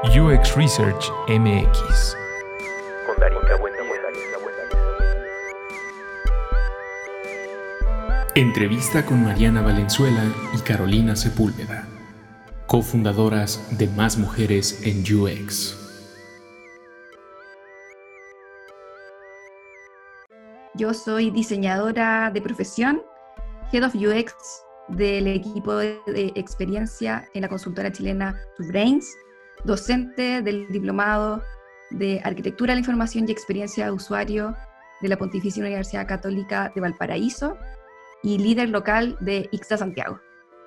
UX Research MX. Con Darinka Buendía. Entrevista con Mariana Valenzuela y Carolina Sepúlveda, cofundadoras de Más Mujeres en UX. Yo soy diseñadora de profesión, Head of UX del equipo de experiencia en la consultora chilena Two Brains, docente del diplomado de Arquitectura de la Información y Experiencia de Usuario de la Pontificia Universidad Católica de Valparaíso y líder local de ICSA Santiago.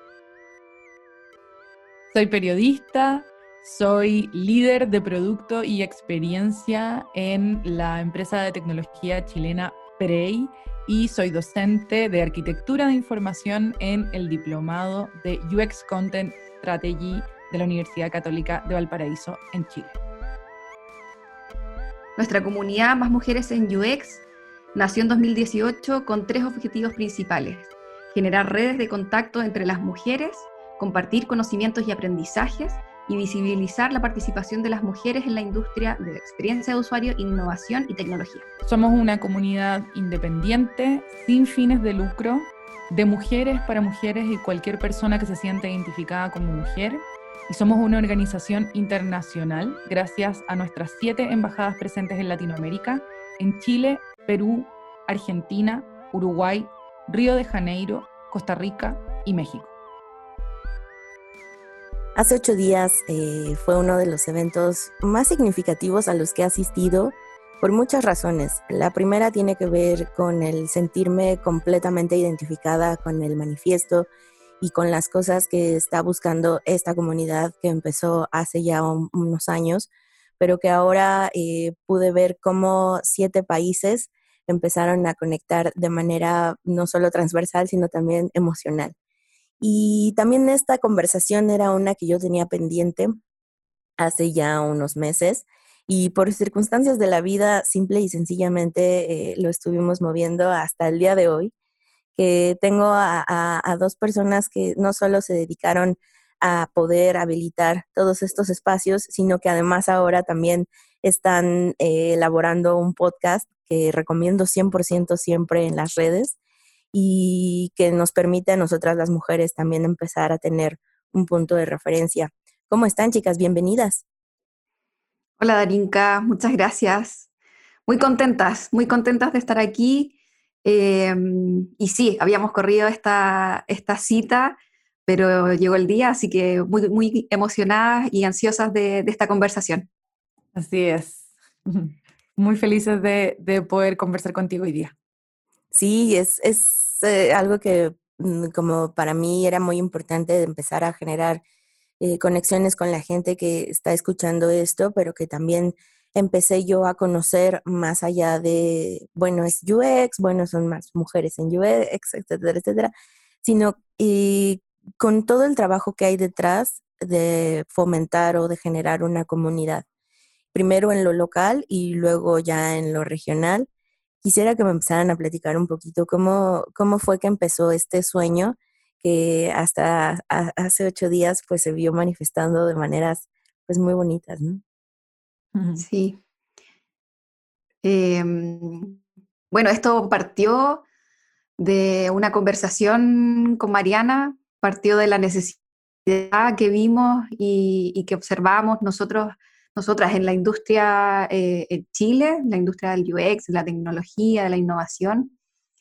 Soy periodista, soy líder de producto y experiencia en la empresa de tecnología chilena PREI y soy docente de Arquitectura de Información en el diplomado de UX Content Strategy de la Universidad Católica de Valparaíso en Chile. Nuestra comunidad Más Mujeres en UX nació en 2018 con 3 objetivos principales: generar redes de contacto entre las mujeres, compartir conocimientos y aprendizajes y visibilizar la participación de las mujeres en la industria de experiencia de usuario, innovación y tecnología. Somos una comunidad independiente, sin fines de lucro, de mujeres para mujeres y cualquier persona que se sienta identificada como mujer. Y somos una organización internacional gracias a nuestras 7 embajadas presentes en Latinoamérica, en Chile, Perú, Argentina, Uruguay, Río de Janeiro, Costa Rica y México. Hace 8 días fue uno de los eventos más significativos a los que he asistido por muchas razones. La primera tiene que ver con el sentirme completamente identificada con el manifiesto y con las cosas que está buscando esta comunidad que empezó hace ya unos años, pero que ahora pude ver cómo 7 países empezaron a conectar de manera no solo transversal, sino también emocional. Y también esta conversación era una que yo tenía pendiente hace ya unos meses y por circunstancias de la vida simple y sencillamente lo estuvimos moviendo hasta el día de hoy, que tengo a 2 personas que no solo se dedicaron a poder habilitar todos estos espacios, sino que además ahora también están elaborando un podcast que recomiendo 100% siempre en las redes y que nos permite a nosotras las mujeres también empezar a tener un punto de referencia. ¿Cómo están, chicas? Bienvenidas. Hola Darinka, muchas gracias. Muy contentas de estar aquí. Y sí, habíamos corrido esta cita, pero llegó el día, así que muy emocionadas y ansiosas de esta conversación. Así es. Muy felices de poder conversar contigo hoy día. Sí, es algo que como para mí era muy importante de empezar a generar conexiones con la gente que está escuchando esto, pero que también empecé yo a conocer más allá de, bueno, es UX, bueno, son más mujeres en UX, etcétera, etcétera, sino con todo el trabajo que hay detrás de fomentar o de generar una comunidad, primero en lo local y luego ya en lo regional. Quisiera que me empezaran a platicar un poquito cómo fue que empezó este sueño que hasta hace 8 días pues se vio manifestando de maneras pues muy bonitas, ¿no? Sí. Bueno, esto partió de una conversación con Mariana, partió de la necesidad que vimos y que observamos nosotras en la industria en Chile, la industria del UX, de la tecnología, de la innovación,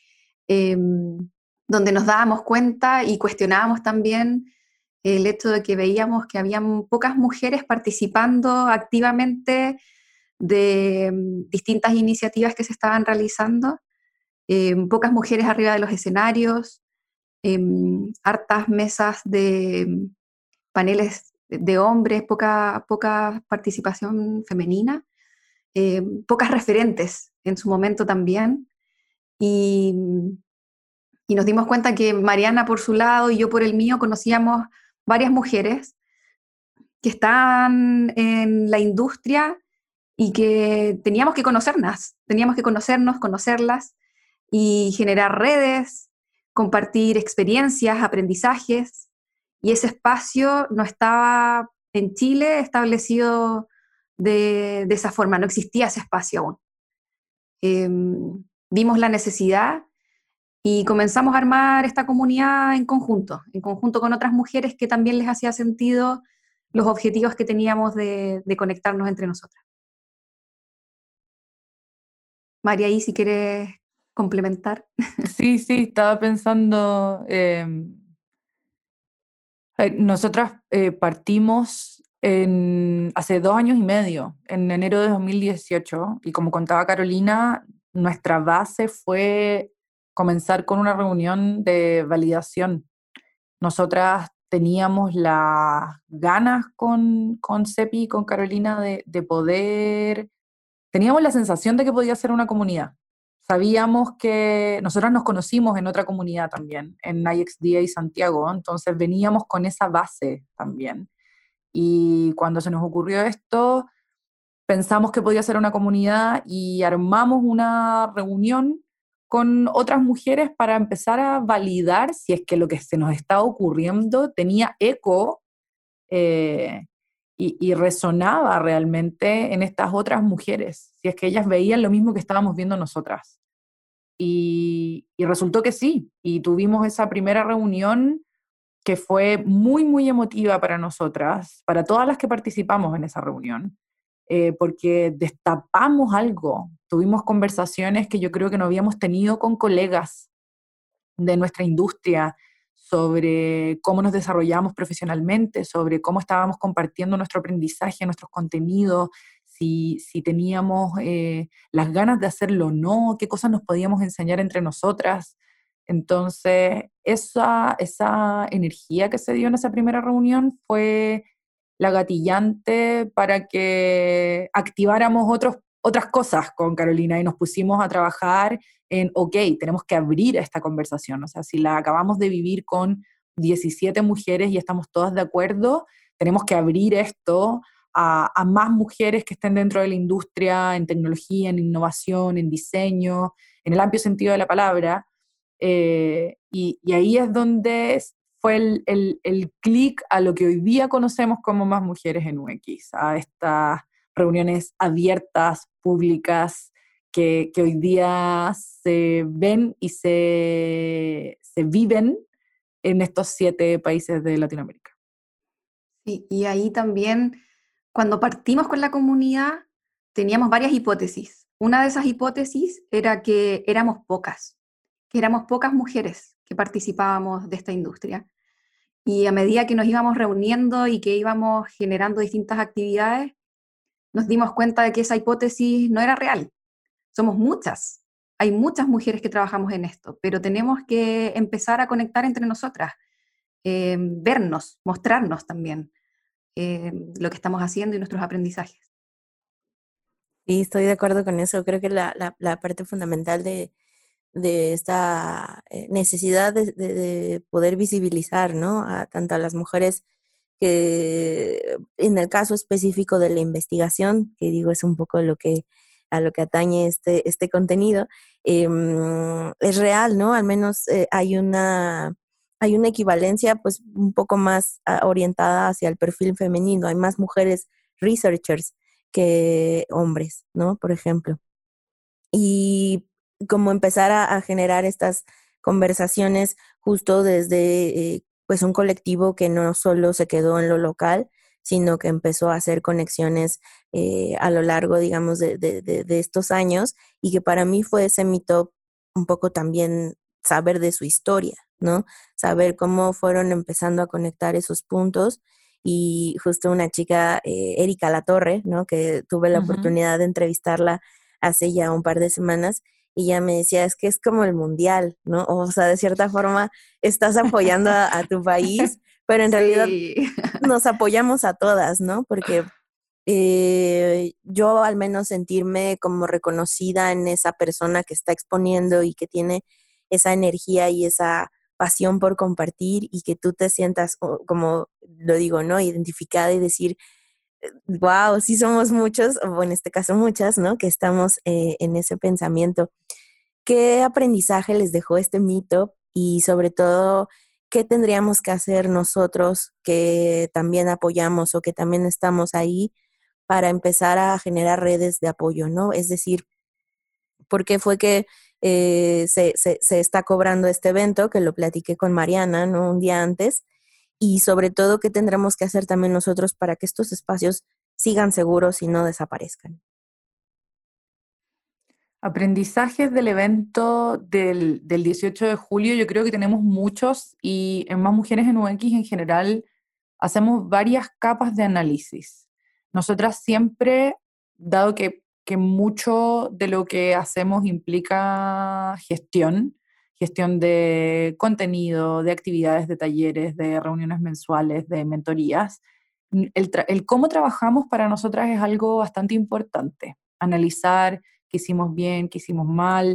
donde nos dábamos cuenta y cuestionábamos también el hecho de que veíamos que habían pocas mujeres participando activamente de distintas iniciativas que se estaban realizando, pocas mujeres arriba de los escenarios, hartas mesas de paneles de hombres, poca participación femenina, pocas referentes en su momento también, y nos dimos cuenta que Mariana por su lado y yo por el mío conocíamos varias mujeres que están en la industria y que teníamos que conocernos, conocerlas y generar redes, compartir experiencias, aprendizajes, y ese espacio no estaba en Chile establecido de esa forma, no existía ese espacio aún. Vimos la necesidad y comenzamos a armar esta comunidad en conjunto con otras mujeres que también les hacía sentido los objetivos que teníamos de conectarnos entre nosotras. María, y si quieres complementar. Sí, estaba pensando, nosotras partimos hace 2 años y medio, en enero de 2018, y como contaba Carolina, nuestra base fue comenzar con una reunión de validación. Nosotras teníamos las ganas con Cepi y con Carolina de poder, teníamos la sensación de que podía ser una comunidad. Sabíamos que nosotras nos conocimos en otra comunidad también, en IXDA y Santiago, entonces veníamos con esa base también. Y cuando se nos ocurrió esto, pensamos que podía ser una comunidad y armamos una reunión con otras mujeres para empezar a validar si es que lo que se nos estaba ocurriendo tenía eco y resonaba realmente en estas otras mujeres, si es que ellas veían lo mismo que estábamos viendo nosotras. Y resultó que sí, y tuvimos esa primera reunión que fue muy, muy emotiva para nosotras, para todas las que participamos en esa reunión, porque destapamos algo, tuvimos conversaciones que yo creo que no habíamos tenido con colegas de nuestra industria, sobre cómo nos desarrollamos profesionalmente, sobre cómo estábamos compartiendo nuestro aprendizaje, nuestros contenidos, si teníamos las ganas de hacerlo o no, qué cosas nos podíamos enseñar entre nosotras. Entonces, esa energía que se dio en esa primera reunión fue la gatillante para que activáramos otras cosas con Carolina y nos pusimos a trabajar en, ok, tenemos que abrir esta conversación. O sea, si la acabamos de vivir con 17 mujeres y estamos todas de acuerdo, tenemos que abrir esto a más mujeres que estén dentro de la industria, en tecnología, en innovación, en diseño, en el amplio sentido de la palabra. Y ahí es donde fue el clic a lo que hoy día conocemos como Más Mujeres en UX, a estas reuniones abiertas, públicas, que hoy día se ven y se viven en estos 7 países de Latinoamérica. Sí, y ahí también, cuando partimos con la comunidad, teníamos varias hipótesis. Una de esas hipótesis era que éramos pocas mujeres que participábamos de esta industria. Y a medida que nos íbamos reuniendo y que íbamos generando distintas actividades, nos dimos cuenta de que esa hipótesis no era real. Somos muchas, hay muchas mujeres que trabajamos en esto, pero tenemos que empezar a conectar entre nosotras, vernos, mostrarnos también lo que estamos haciendo y nuestros aprendizajes. Sí, estoy de acuerdo con eso. Creo que la parte fundamental de esta necesidad de poder visibilizar, ¿no? Tanto a las mujeres que, en el caso específico de la investigación, que digo es un poco a lo que atañe este contenido, es real, ¿no? Al menos hay una equivalencia pues un poco más orientada hacia el perfil femenino. Hay más mujeres researchers que hombres, ¿no? Por ejemplo. Y como empezar a generar estas conversaciones justo desde pues un colectivo que no solo se quedó en lo local, sino que empezó a hacer conexiones a lo largo, digamos, de estos años, y que para mí fue ese meetup un poco también saber de su historia, ¿no? Saber cómo fueron empezando a conectar esos puntos. Y justo una chica, Erika Latorre, ¿no? Que tuve la oportunidad de entrevistarla hace ya un par de semanas, y ella me decía, es que es como el mundial, ¿no? O sea, de cierta forma estás apoyando a tu país, pero en realidad nos apoyamos a todas, ¿no? Porque yo al menos sentirme como reconocida en esa persona que está exponiendo y que tiene esa energía y esa pasión por compartir, y que tú te sientas, como lo digo, ¿no? Identificada, y decir, wow, sí somos muchos, o en este caso muchas, ¿no? Que estamos en ese pensamiento. ¿Qué aprendizaje les dejó este meetup? Y sobre todo, ¿qué tendríamos que hacer nosotros que también apoyamos o que también estamos ahí para empezar a generar redes de apoyo, ¿no? Es decir, ¿por qué fue que se está cobrando este evento? Que lo platiqué con Mariana, ¿no? Un día antes. Y sobre todo, ¿qué tendremos que hacer también nosotros para que estos espacios sigan seguros y no desaparezcan? Aprendizajes del evento del 18 de julio, yo creo que tenemos muchos y en Más Mujeres en UX en general hacemos varias capas de análisis. Nosotras siempre, dado que mucho de lo que hacemos implica gestión de contenido, de actividades, de talleres, de reuniones mensuales, de mentorías, el cómo trabajamos para nosotras es algo bastante importante. Analizar qué hicimos bien, qué hicimos mal,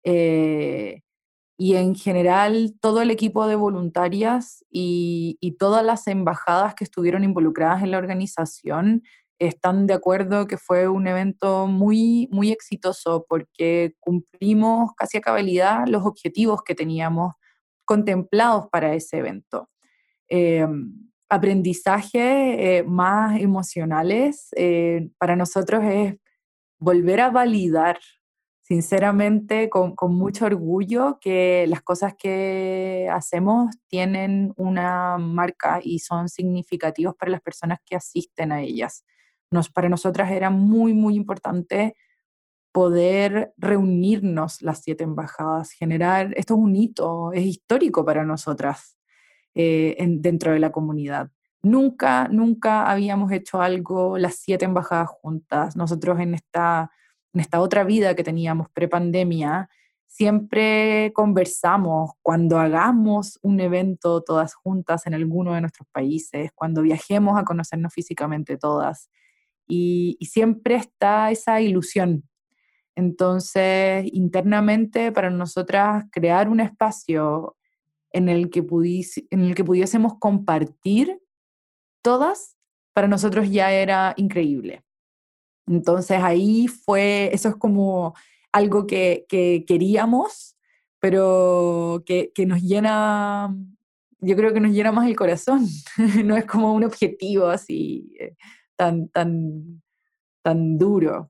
y en general todo el equipo de voluntarias y todas las embajadas que estuvieron involucradas en la organización están de acuerdo que fue un evento muy, muy exitoso porque cumplimos casi a cabalidad los objetivos que teníamos contemplados para ese evento. Eh, Aprendizajes más emocionales para nosotros es volver a validar, sinceramente, con mucho orgullo, que las cosas que hacemos tienen una marca y son significativos para las personas que asisten a ellas. Para nosotras era muy, muy importante poder reunirnos las 7 embajadas, generar, esto es un hito, es histórico para nosotras dentro de la comunidad. Nunca, nunca habíamos hecho algo las 7 embajadas juntas. Nosotros en esta otra vida que teníamos pre-pandemia, siempre conversamos cuando hagamos un evento todas juntas en alguno de nuestros países, cuando viajemos a conocernos físicamente todas. Y siempre está esa ilusión. Entonces, internamente, para nosotras, crear un espacio en el que pudiésemos compartir todas, para nosotros ya era increíble. Entonces ahí eso es como algo que queríamos, pero que nos llena, yo creo que nos llena más el corazón, no es como un objetivo así tan, tan, tan duro.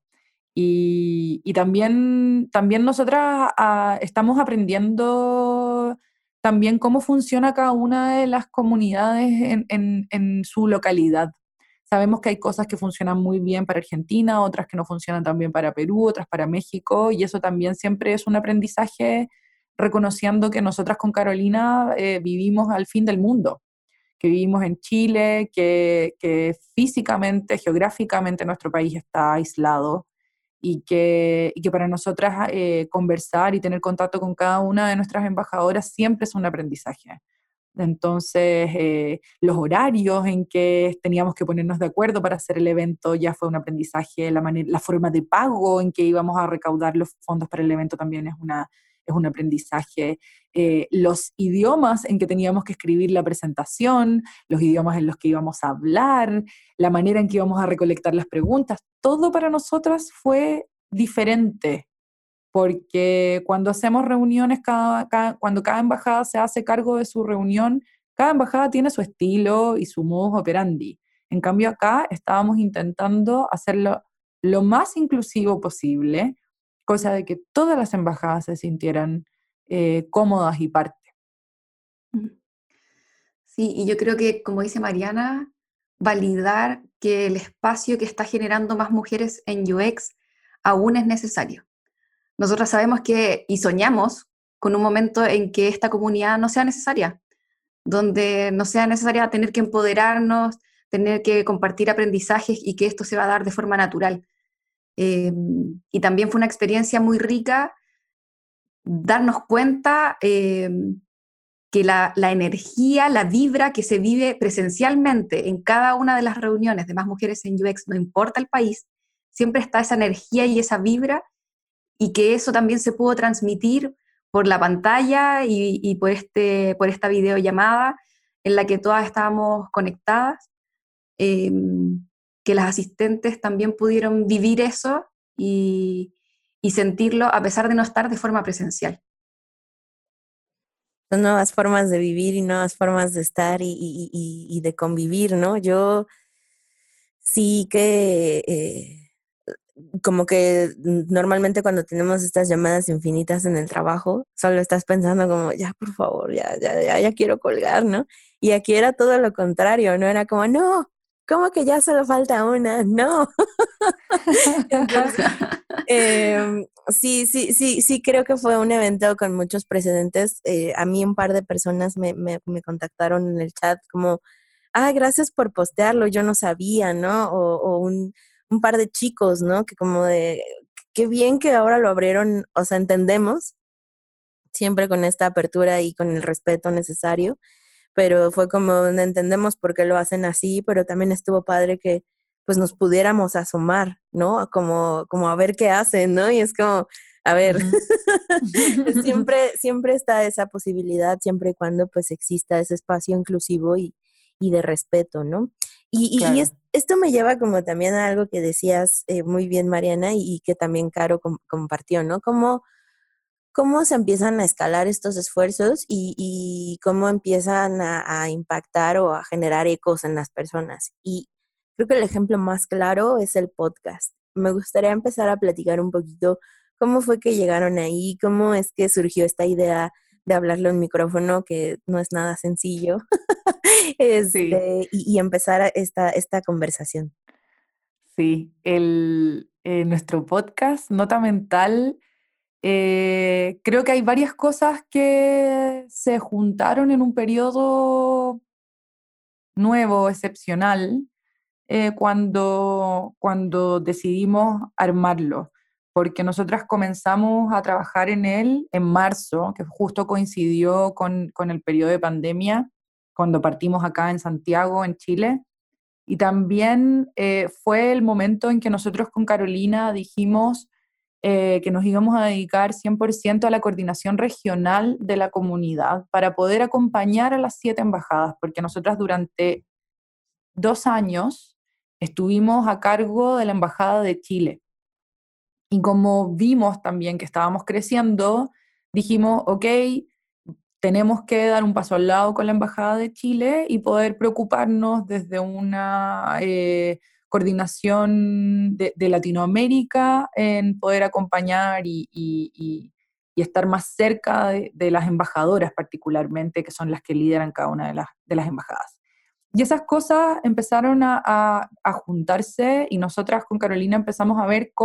Y también nosotras estamos aprendiendo también cómo funciona cada una de las comunidades en su localidad. Sabemos que hay cosas que funcionan muy bien para Argentina, otras que no funcionan tan bien para Perú, otras para México, y eso también siempre es un aprendizaje reconociendo que nosotras con Carolina vivimos al fin del mundo, que vivimos en Chile, que físicamente, geográficamente nuestro país está aislado y que para nosotras conversar y tener contacto con cada una de nuestras embajadoras siempre es un aprendizaje. Entonces, los horarios en que teníamos que ponernos de acuerdo para hacer el evento ya fue un aprendizaje, la forma de pago en que íbamos a recaudar los fondos para el evento también es un aprendizaje. Los idiomas en que teníamos que escribir la presentación, los idiomas en los que íbamos a hablar, la manera en que íbamos a recolectar las preguntas, todo para nosotras fue diferente, porque cuando hacemos reuniones, cuando cada embajada se hace cargo de su reunión, cada embajada tiene su estilo y su modus operandi. En cambio acá estábamos intentando hacerlo lo más inclusivo posible, cosa de que todas las embajadas se sintieran cómodas y parte. Sí, y yo creo que, como dice Mariana, validar que el espacio que está generando Más Mujeres en UX aún es necesario. Nosotros sabemos y soñamos con un momento en que esta comunidad no sea necesaria, donde no sea necesaria tener que empoderarnos, tener que compartir aprendizajes y que esto se va a dar de forma natural. Y también fue una experiencia muy rica darnos cuenta que la energía, la vibra que se vive presencialmente en cada una de las reuniones de Más Mujeres en UX, no importa el país, siempre está esa energía y esa vibra, y que eso también se pudo transmitir por la pantalla y por esta videollamada en la que todas estábamos conectadas, que las asistentes también pudieron vivir eso y sentirlo a pesar de no estar de forma presencial. Son nuevas formas de vivir y nuevas formas de estar y de convivir, ¿no? Yo sí que como que normalmente cuando tenemos estas llamadas infinitas en el trabajo, solo estás pensando como, ya, por favor, ya quiero colgar, ¿no? Y aquí era todo lo contrario, ¿no? Era como, no, ¿cómo que ya solo falta una? No. Entonces, sí, creo que fue un evento con muchos precedentes. A mí un par de personas me contactaron en el chat como, gracias por postearlo, yo no sabía, ¿no? O un par de chicos, ¿no? Que como de, qué bien que ahora lo abrieron, o sea, entendemos, siempre con esta apertura y con el respeto necesario, pero fue como, entendemos por qué lo hacen así, pero también estuvo padre que pues nos pudiéramos asomar, ¿no? Como a ver qué hacen, ¿no? Y es como, a ver, siempre está esa posibilidad, siempre y cuando pues exista ese espacio inclusivo y de respeto, ¿no? Claro. Esto me lleva como también a algo que decías muy bien, Mariana, y que también Caro compartió, ¿no? Cómo se empiezan a escalar estos esfuerzos y cómo empiezan a impactar o a generar ecos en las personas. Y creo que el ejemplo más claro es el podcast. Me gustaría empezar a platicar un poquito cómo fue que llegaron ahí, cómo es que surgió esta idea de hablarle a un micrófono, que no es nada sencillo, Sí, y empezar esta conversación. sí. Nuestro podcast, Nota Mental, creo que hay varias cosas que se juntaron en un periodo nuevo, excepcional, cuando decidimos armarlo, porque nosotras comenzamos a trabajar en él en marzo, que justo coincidió con el periodo de pandemia, cuando partimos acá en Santiago, en Chile. Y también fue el momento en que nosotros con Carolina dijimos que nos íbamos a dedicar 100% a la coordinación regional de la comunidad para poder acompañar a las 7 embajadas, porque nosotras durante 2 años estuvimos a cargo de la Embajada de Chile. Y como vimos también que estábamos creciendo, dijimos, ok, tenemos que dar un paso al lado con la Embajada de Chile y poder preocuparnos desde una coordinación de Latinoamérica en poder acompañar y estar más cerca de las embajadoras particularmente, que son las que lideran cada una de las embajadas. Y esas cosas empezaron a juntarse y nosotras con Carolina empezamos a ver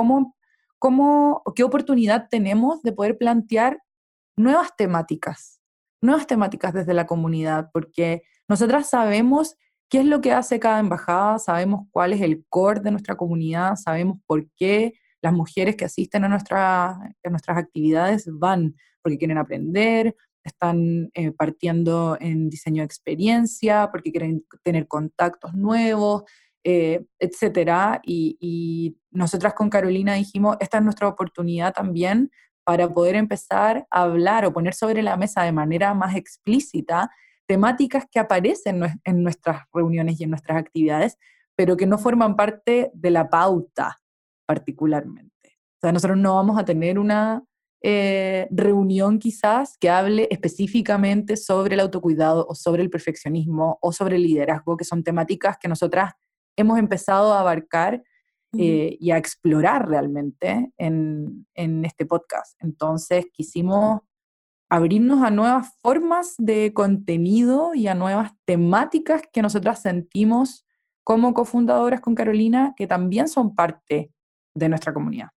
qué oportunidad tenemos de poder plantear nuevas temáticas desde la comunidad, porque nosotras sabemos qué es lo que hace cada embajada, sabemos cuál es el core de nuestra comunidad, sabemos por qué las mujeres que asisten a nuestras actividades van, porque quieren aprender, están partiendo en diseño de experiencia, porque quieren tener contactos nuevos, etcétera. Y nosotras con Carolina dijimos, esta es nuestra oportunidad también para poder empezar a hablar o poner sobre la mesa de manera más explícita temáticas que aparecen en nuestras reuniones y en nuestras actividades, pero que no forman parte de la pauta particularmente. O sea, nosotros no vamos a tener una reunión quizás que hable específicamente sobre el autocuidado o sobre el perfeccionismo o sobre el liderazgo, que son temáticas que nosotras hemos empezado a abarcar y a explorar realmente en este podcast. Entonces quisimos abrirnos a nuevas formas de contenido y a nuevas temáticas que nosotras sentimos como cofundadoras con Carolina, que también son parte de nuestra comunidad.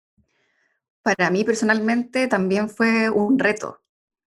Para mí personalmente también fue un reto.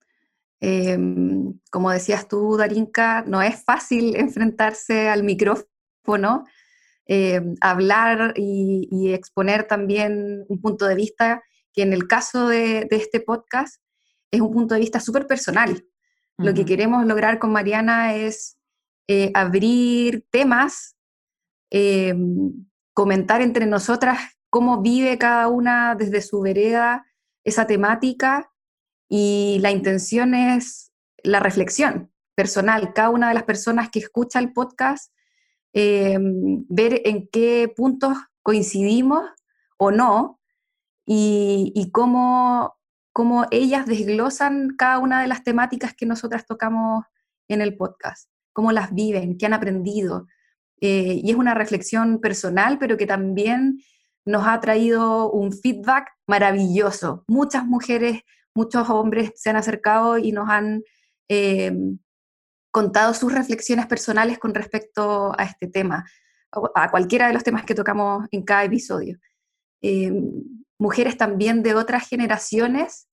Como decías tú, Darinka, no es fácil enfrentarse al micrófono, hablar y exponer también un punto de vista que en el caso de este podcast es un punto de vista súper personal. Lo que queremos lograr con Mariana es abrir temas, eh, comentar entre nosotras cómo vive cada una desde su vereda esa temática, y la intención es la reflexión personal. Cada una de las personas que escucha el podcast, ver en qué puntos coincidimos o no, y cómo cómo ellas desglosan cada una de las temáticas que nosotras tocamos en el podcast, cómo las viven, qué han aprendido. Y es una reflexión personal, pero que también nos ha traído un feedback maravilloso. Muchas mujeres, muchos hombres se han acercado y nos han contado sus reflexiones personales con respecto a este tema, a cualquiera de los temas que tocamos en cada episodio. Mujeres también de otras generaciones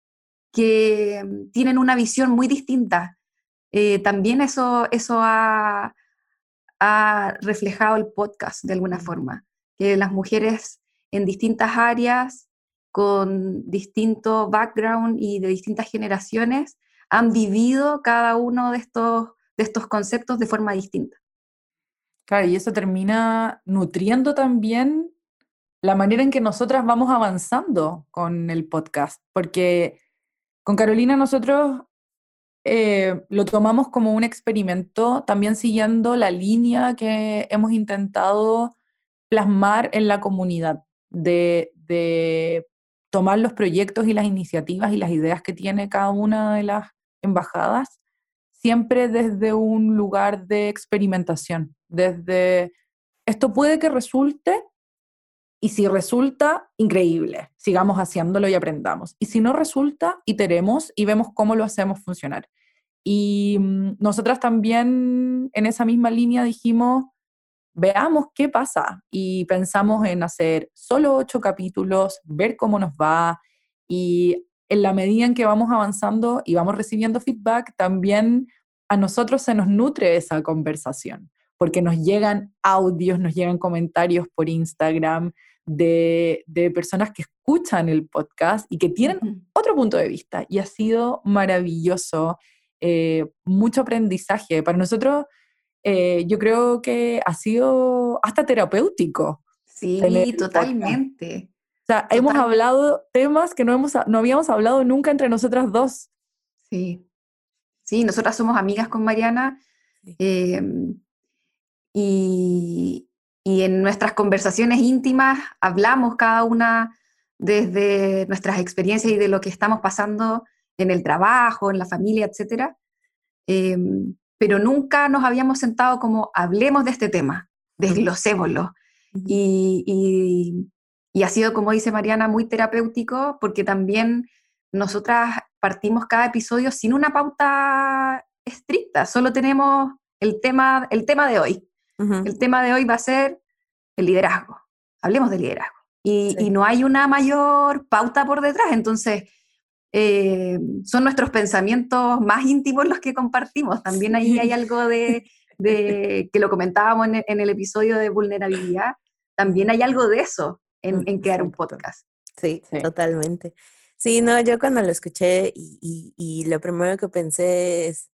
que tienen una visión muy distinta. También eso ha reflejado el podcast de alguna forma, que las mujeres en distintas áreas, con distinto background y de distintas generaciones, han vivido cada uno de estos conceptos de forma distinta. Claro, y eso termina nutriendo también la manera en que nosotras vamos avanzando con el podcast, porque con Carolina nosotros lo tomamos como un experimento, también siguiendo la línea que hemos intentado plasmar en la comunidad, de tomar los proyectos y las iniciativas y las ideas que tiene cada una de las embajadas, siempre desde un lugar de experimentación, desde esto puede que resulte, y si resulta, increíble, sigamos haciéndolo y aprendamos. Y si no resulta, iteremos y vemos cómo lo hacemos funcionar. Y nosotras también en esa misma línea dijimos, veamos qué pasa. Y pensamos en hacer solo 8 capítulos, ver cómo nos va. Y en la medida en que vamos avanzando y vamos recibiendo feedback, también a nosotros se nos nutre esa conversación, porque nos llegan audios, nos llegan comentarios por Instagram de personas que escuchan el podcast y que tienen otro punto de vista. Y ha sido maravilloso, mucho aprendizaje. Para nosotros, yo creo que ha sido hasta terapéutico. Sí, totalmente. O sea, hemos hablado temas que no habíamos hablado nunca entre nosotras dos. Sí, sí, nosotras somos amigas con Mariana. Y en nuestras conversaciones íntimas hablamos cada una desde nuestras experiencias y de lo que estamos pasando en el trabajo, en la familia, etc. Pero nunca nos habíamos sentado como hablemos de este tema, desglosémoslo. Y ha sido, como dice Mariana, muy terapéutico, porque también nosotras partimos cada episodio sin una pauta estricta, solo tenemos el tema de hoy. El tema de hoy va a ser el liderazgo. Hablemos de liderazgo. Y no hay una mayor pauta por detrás, entonces son nuestros pensamientos más íntimos los que compartimos. También ahí hay algo de que lo comentábamos en el episodio de vulnerabilidad, también hay algo de eso en crear un podcast. Sí, totalmente. Sí, no, yo cuando lo escuché y lo primero que pensé es,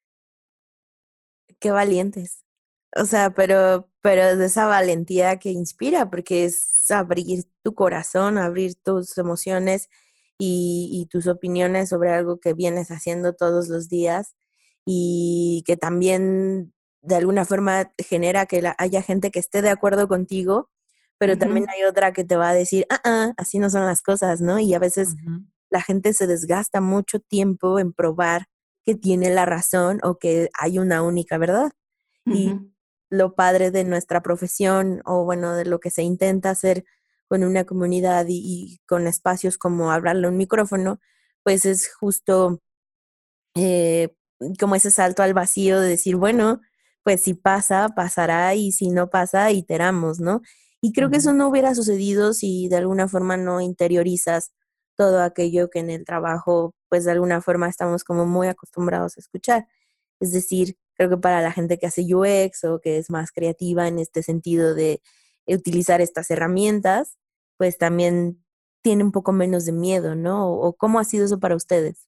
qué valientes. O sea, pero de esa valentía que inspira, porque es abrir tu corazón, abrir tus emociones y tus opiniones sobre algo que vienes haciendo todos los días y que también de alguna forma genera que haya gente que esté de acuerdo contigo, pero también hay otra que te va a decir, así no son las cosas, ¿no? Y a veces la gente se desgasta mucho tiempo en probar que tiene la razón o que hay una única verdad. Y lo padre de nuestra profesión, o bueno, de lo que se intenta hacer con una comunidad y con espacios como hablarle a un micrófono, pues es justo como ese salto al vacío de decir, bueno, pues si pasa, pasará, y si no pasa, iteramos, ¿no? Y creo que eso no hubiera sucedido si de alguna forma no interiorizas todo aquello que en el trabajo, pues de alguna forma estamos como muy acostumbrados a escuchar. Es decir, creo que para la gente que hace UX o que es más creativa en este sentido de utilizar estas herramientas, pues también tiene un poco menos de miedo, ¿no? ¿O cómo ha sido eso para ustedes?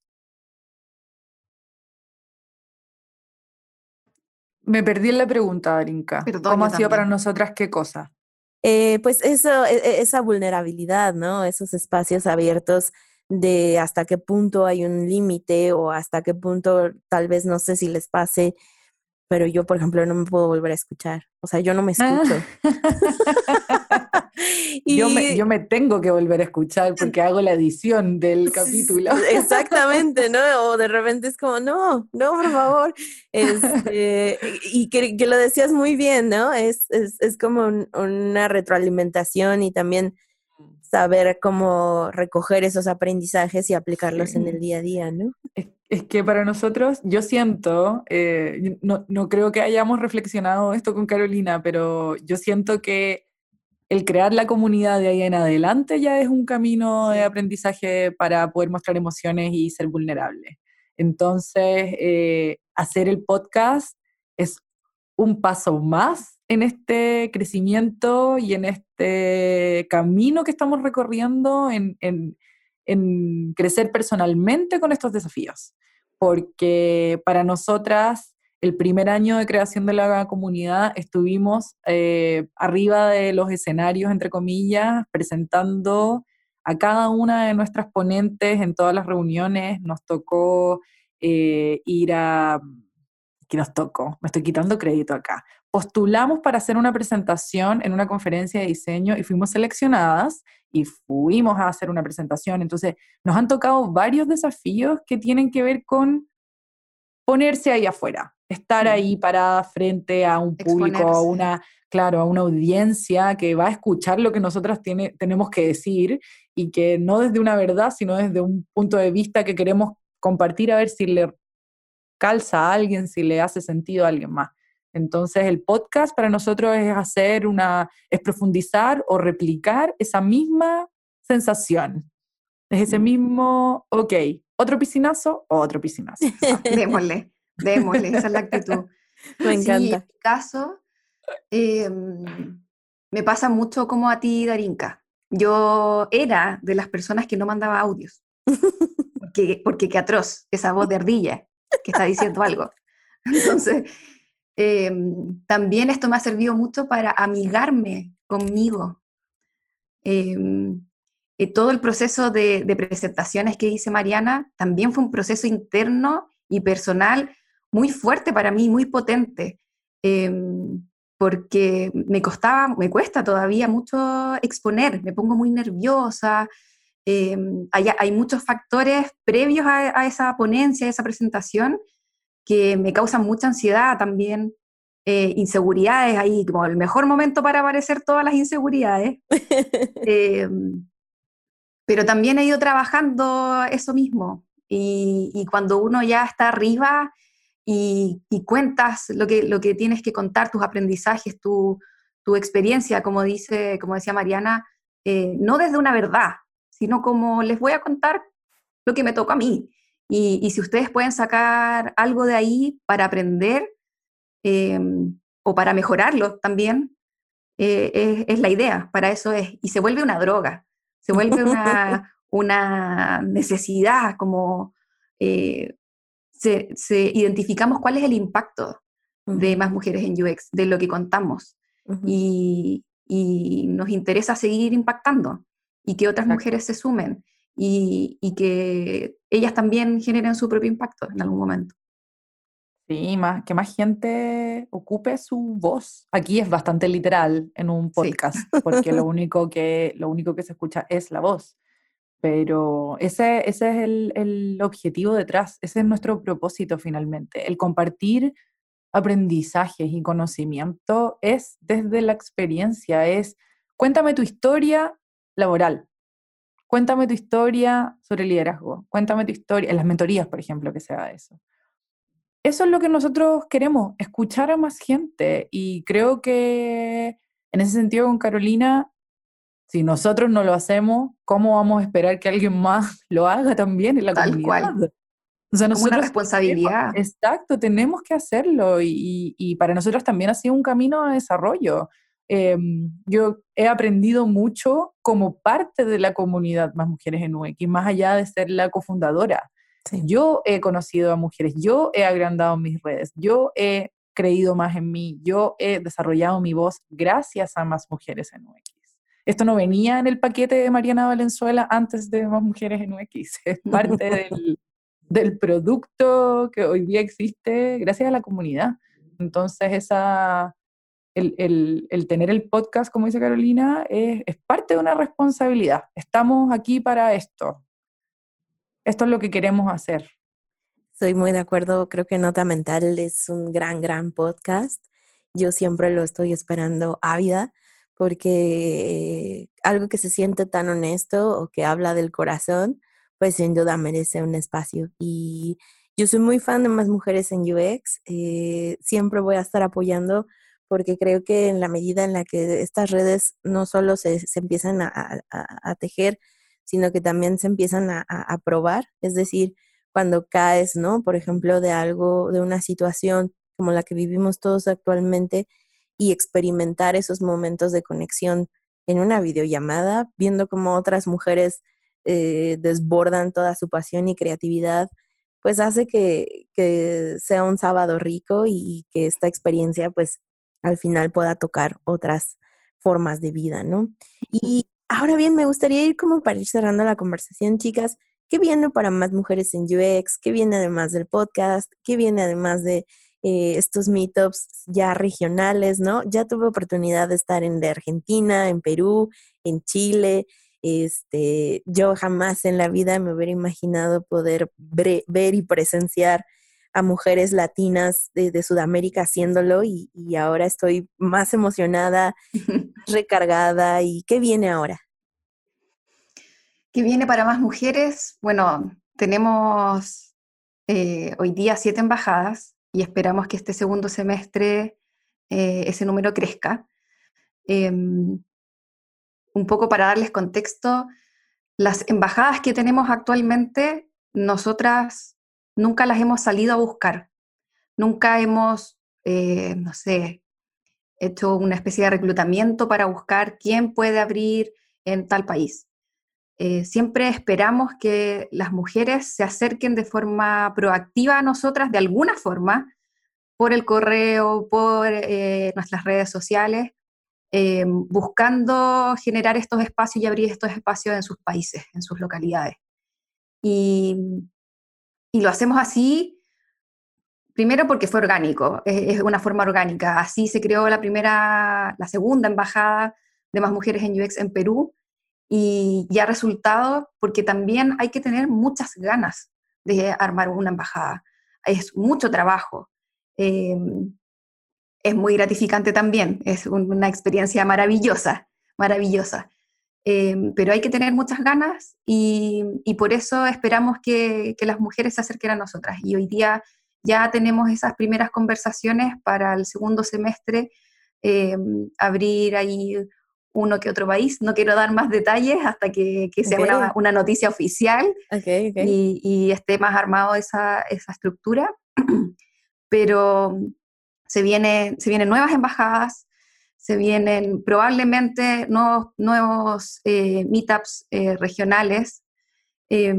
Me perdí en la pregunta, Darinka. Perdón, ¿Cómo ha yo sido para también. nosotras qué cosa? Pues eso, esa vulnerabilidad, ¿no? Esos espacios abiertos de hasta qué punto hay un límite o hasta qué punto, tal vez no sé si les pase, pero yo, por ejemplo, no me puedo volver a escuchar. O sea, yo no me escucho. Y Yo me tengo que volver a escuchar porque hago la edición del capítulo. exactamente, ¿no? O de repente es como, no, no, por favor. Y que lo decías muy bien, ¿no? Es como una retroalimentación y también saber cómo recoger esos aprendizajes y aplicarlos en el día a día, ¿no? Es que para nosotros, yo siento, no creo que hayamos reflexionado esto con Carolina, pero yo siento que el crear la comunidad de ahí en adelante ya es un camino de aprendizaje para poder mostrar emociones y ser vulnerable. Entonces, hacer el podcast es un paso más en este crecimiento y en este camino que estamos recorriendo en crecer personalmente con estos desafíos. Porque para nosotras, el primer año de creación de la comunidad estuvimos arriba de los escenarios, entre comillas, presentando a cada una de nuestras ponentes en todas las reuniones. Nos tocó ir a... ¿Qué nos tocó? Me estoy quitando crédito acá. Postulamos para hacer una presentación en una conferencia de diseño y fuimos seleccionadas y fuimos a hacer una presentación. Entonces, nos han tocado varios desafíos que tienen que ver con ponerse ahí afuera, estar ahí parada frente a un público, a una, claro, a una audiencia que va a escuchar lo que nosotras tenemos que decir y que no desde una verdad, sino desde un punto de vista que queremos compartir a ver si le calza a alguien, si le hace sentido a alguien más. Entonces el podcast para nosotros es profundizar o replicar esa misma sensación. Es ese mismo, ok, otro piscinazo, otro piscinazo. Démosle, esa es la actitud. Me encanta. Sí, en mi caso, me pasa mucho como a ti, Darinka. Yo era de las personas que no mandaba audios, porque qué atroz, esa voz de ardilla que está diciendo algo. Entonces, también esto me ha servido mucho para amigarme conmigo. Todo el proceso de presentaciones que hice Mariana también fue un proceso interno y personal muy fuerte para mí, muy potente, porque me cuesta todavía mucho exponer, me pongo muy nerviosa, hay muchos factores previos a esa ponencia, a esa presentación, que me causan mucha ansiedad también, inseguridades, ahí como el mejor momento para aparecer todas las inseguridades. Pero también he ido trabajando eso mismo, y cuando uno ya está arriba y cuentas lo que tienes que contar, tus aprendizajes, tu experiencia, como decía Mariana, no desde una verdad, sino como les voy a contar lo que me tocó a mí. Y si ustedes pueden sacar algo de ahí para aprender eh, o para mejorarlo también, es la idea, para eso es. Y se vuelve una droga, se vuelve una necesidad, como identificamos cuál es el impacto de Más Mujeres en UX, de lo que contamos. Y nos interesa seguir impactando y que otras mujeres se sumen y que ellas también generen su propio impacto en algún momento. Sí, que más gente ocupe su voz. Aquí es bastante literal en un podcast, porque lo único que se escucha es la voz. Pero ese es el objetivo detrás, ese es nuestro propósito finalmente. El compartir aprendizajes y conocimiento es desde la experiencia, es cuéntame tu historia laboral, cuéntame tu historia sobre liderazgo, cuéntame tu historia, en las mentorías, por ejemplo, que sea eso. Eso es lo que nosotros queremos, escuchar a más gente, y creo que en ese sentido con Carolina, si nosotros no lo hacemos, ¿cómo vamos a esperar que alguien más lo haga también en la Tal comunidad? cual. O sea, Como una responsabilidad. Exacto, tenemos que hacerlo, y para nosotros también ha sido un camino de desarrollo. Yo he aprendido mucho como parte de la comunidad Más Mujeres en UX, más allá de ser la cofundadora. Sí. Yo he conocido a mujeres, yo he agrandado mis redes, yo he creído más en mí, yo he desarrollado mi voz gracias a Más Mujeres en UX. Esto no venía en el paquete de Mariana Valenzuela antes de Más Mujeres en UX, es parte del producto que hoy día existe gracias a la comunidad. Entonces el tener el podcast, como dice Carolina, es parte de una responsabilidad. Estamos aquí para esto. Esto es lo que queremos hacer. Soy muy de acuerdo, creo que Nota Mental es un gran podcast. Yo siempre lo estoy esperando ávida porque algo que se siente tan honesto o que habla del corazón, pues sin duda merece un espacio. Y yo soy muy fan de Más Mujeres en UX, siempre voy a estar apoyando porque creo que en la medida en la que estas redes no solo se empiezan a tejer, sino que también se empiezan a probar, es decir, cuando caes, ¿no? Por ejemplo, de algo, de una situación como la que vivimos todos actualmente y experimentar esos momentos de conexión en una videollamada, viendo cómo otras mujeres desbordan toda su pasión y creatividad, pues hace que sea un sábado rico y que esta experiencia, pues, al final pueda tocar otras formas de vida, ¿no? Y ahora bien, me gustaría ir como para ir cerrando la conversación, chicas. ¿Qué viene para Más Mujeres en UX? ¿Qué viene además del podcast? ¿Qué viene además de estos meetups ya regionales, ¿no? Ya tuve oportunidad de estar en de Argentina, en Perú, en Chile. Yo jamás en la vida me hubiera imaginado poder ver y presenciar a mujeres latinas de Sudamérica haciéndolo y ahora estoy más emocionada, recargada. ¿Y qué viene ahora? ¿Qué viene para Más Mujeres? Bueno, tenemos hoy día 7 embajadas y esperamos que este segundo semestre ese número crezca. Un poco para darles contexto, las embajadas que tenemos actualmente, nosotras nunca las hemos salido a buscar, nunca hemos, no sé, hecho una especie de reclutamiento para buscar quién puede abrir en tal país. Siempre esperamos que las mujeres se acerquen de forma proactiva a nosotras de alguna forma, por el correo, por nuestras redes sociales, buscando generar estos espacios y abrir estos espacios en sus países, en sus localidades. Y, y lo hacemos así, primero porque fue orgánico, es una forma orgánica. Así se creó la segunda embajada de Más Mujeres en UX en Perú, y ha resultado porque también hay que tener muchas ganas de armar una embajada. Es mucho trabajo. Eh, es muy gratificante también, es una experiencia maravillosa, maravillosa. Pero hay que tener muchas ganas y por eso esperamos que las mujeres se acerquen a nosotras. Y hoy día ya tenemos esas primeras conversaciones para el segundo semestre, abrir ahí uno que otro país. No quiero dar más detalles hasta que sea Okay. una noticia oficial Okay. y esté más armado esa estructura. Pero se vienen nuevas embajadas, se vienen probablemente nuevos meetups regionales. Eh,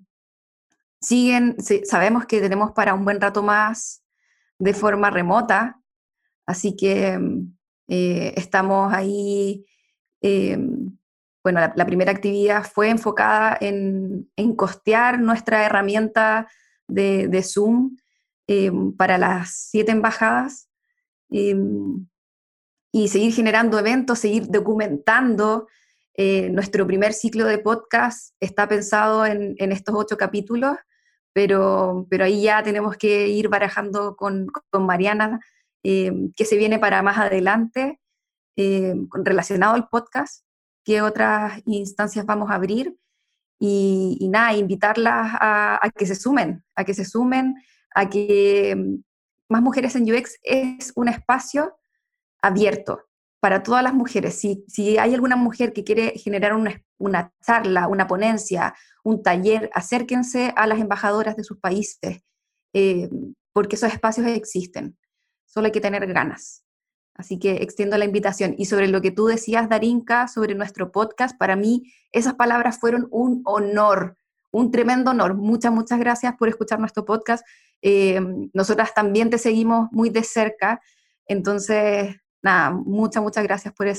sabemos que tenemos para un buen rato más de forma remota, así que estamos ahí. eh, bueno, la primera actividad fue enfocada en costear nuestra herramienta de Zoom para las 7 embajadas, eh, y seguir generando eventos, seguir documentando. Nuestro primer ciclo de podcast está pensado en estos 8 capítulos, pero ahí ya tenemos que ir barajando con Mariana qué se viene para más adelante relacionado al podcast, qué otras instancias vamos a abrir y nada, invitarlas a que se sumen, a que Más Mujeres en UX es un espacio abierto para todas las mujeres. Si hay alguna mujer que quiere generar una charla, una ponencia, un taller, acérquense a las embajadoras de sus países, porque esos espacios existen, solo hay que tener ganas. Así que extiendo la invitación. Y sobre lo que tú decías, Darinka, sobre nuestro podcast, para mí esas palabras fueron un honor, un tremendo honor. Muchas gracias por escuchar nuestro podcast. Nosotras también te seguimos muy de cerca, entonces, nada, muchas gracias por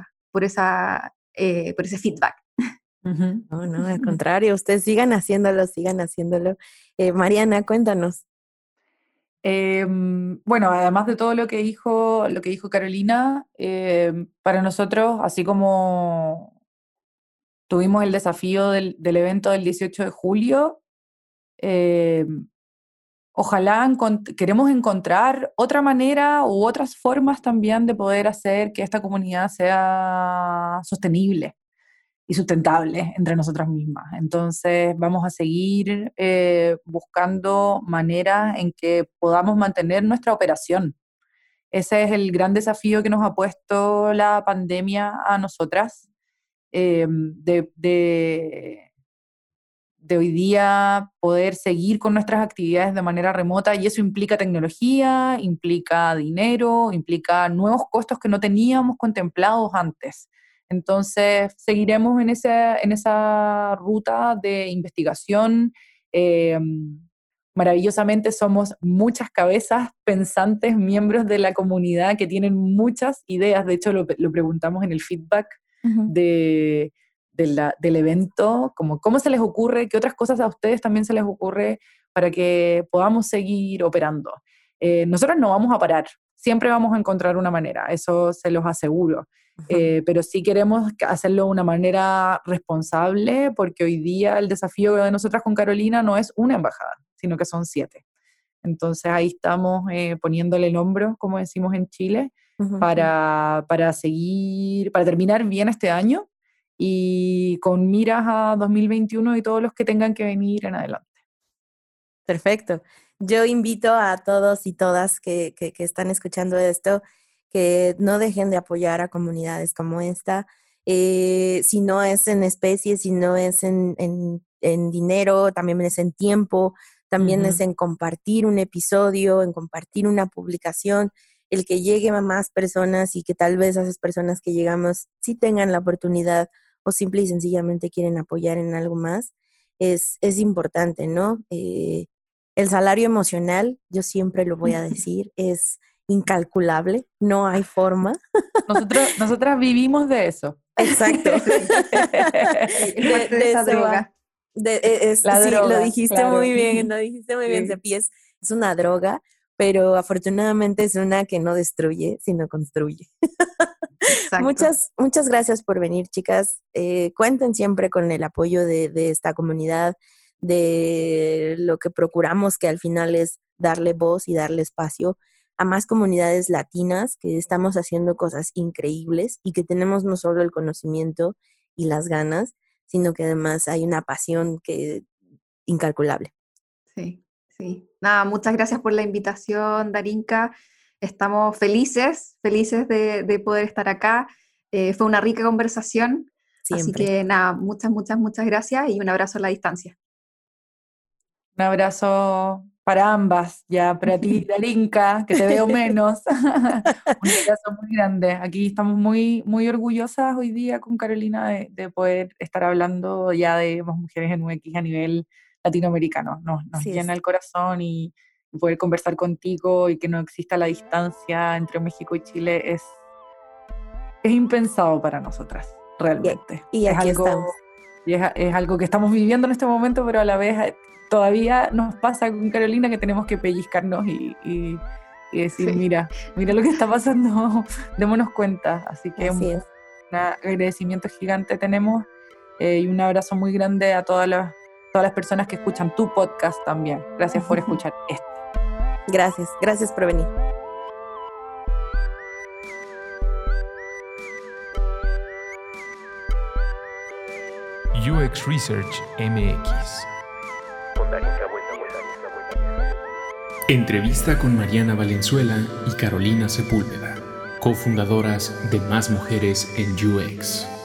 ese feedback. No, al contrario, ustedes sigan haciéndolo. Mariana, cuéntanos. Bueno, además de todo lo que dijo Carolina, para nosotros, así como tuvimos el desafío del evento del 18 de julio, ojalá queremos encontrar otra manera u otras formas también de poder hacer que esta comunidad sea sostenible y sustentable entre nosotras mismas. Entonces vamos a seguir buscando maneras en que podamos mantener nuestra operación. Ese es el gran desafío que nos ha puesto la pandemia a nosotras, de hoy día poder seguir con nuestras actividades de manera remota, y eso implica tecnología, implica dinero, implica nuevos costos que no teníamos contemplados antes. Entonces, seguiremos en esa ruta de investigación. Maravillosamente somos muchas cabezas pensantes, miembros de la comunidad que tienen muchas ideas. De hecho, lo preguntamos en el feedback del evento, como cómo se les ocurre, qué otras cosas a ustedes también se les ocurre para que podamos seguir operando. Nosotros no vamos a parar, siempre vamos a encontrar una manera, eso se los aseguro. Pero sí queremos hacerlo de una manera responsable, porque hoy día el desafío de nosotras con Carolina no es una embajada, sino que son 7. Entonces ahí estamos poniéndole el hombro, como decimos en Chile, para seguir, para terminar bien este año y con miras a 2021 y todos los que tengan que venir en adelante. Perfecto. Yo invito a todos y todas que están escuchando esto, que no dejen de apoyar a comunidades como esta. Si no es en especie, si no es en dinero, también es en tiempo, también es en compartir un episodio, en compartir una publicación, el que lleguen a más personas y que tal vez esas personas que llegamos sí tengan la oportunidad o simple y sencillamente quieren apoyar en algo más, es importante, ¿no? El salario emocional, yo siempre lo voy a decir, es incalculable, no hay forma. Nosotras vivimos de eso. Exacto. de esa droga. Droga, lo dijiste claro. Muy bien, Sí. Sepi, es una droga, pero afortunadamente es una que no destruye, sino construye. Muchas gracias por venir, chicas. Cuenten siempre con el apoyo de esta comunidad, de lo que procuramos, que al final es darle voz y darle espacio a más comunidades latinas, que estamos haciendo cosas increíbles y que tenemos no solo el conocimiento y las ganas, sino que además hay una pasión que incalculable. Sí. Nada, muchas gracias por la invitación, Darinka. Estamos felices de poder estar acá. Fue una rica conversación. Siempre. Así que nada, muchas gracias y un abrazo a la distancia. Un abrazo para ambas, ya para ti, Darinka, que te veo menos. Un abrazo muy grande. Aquí estamos muy, muy orgullosas hoy día con Carolina de poder estar hablando ya de más mujeres en UX a nivel latinoamericano. Nos llena el corazón y poder conversar contigo y que no exista la distancia entre México y Chile es impensado para nosotras, realmente. Y aquí estamos. Y es algo que estamos viviendo en este momento, pero a la vez todavía nos pasa con Carolina que tenemos que pellizcarnos y decir, sí. mira lo que está pasando, démonos cuenta. Así que un agradecimiento gigante tenemos y un abrazo muy grande a todas las personas que escuchan tu podcast también. Gracias por escuchar esto. Gracias por venir. UX Research MX. Entrevista con Mariana Valenzuela y Carolina Sepúlveda, cofundadoras de Más Mujeres en UX.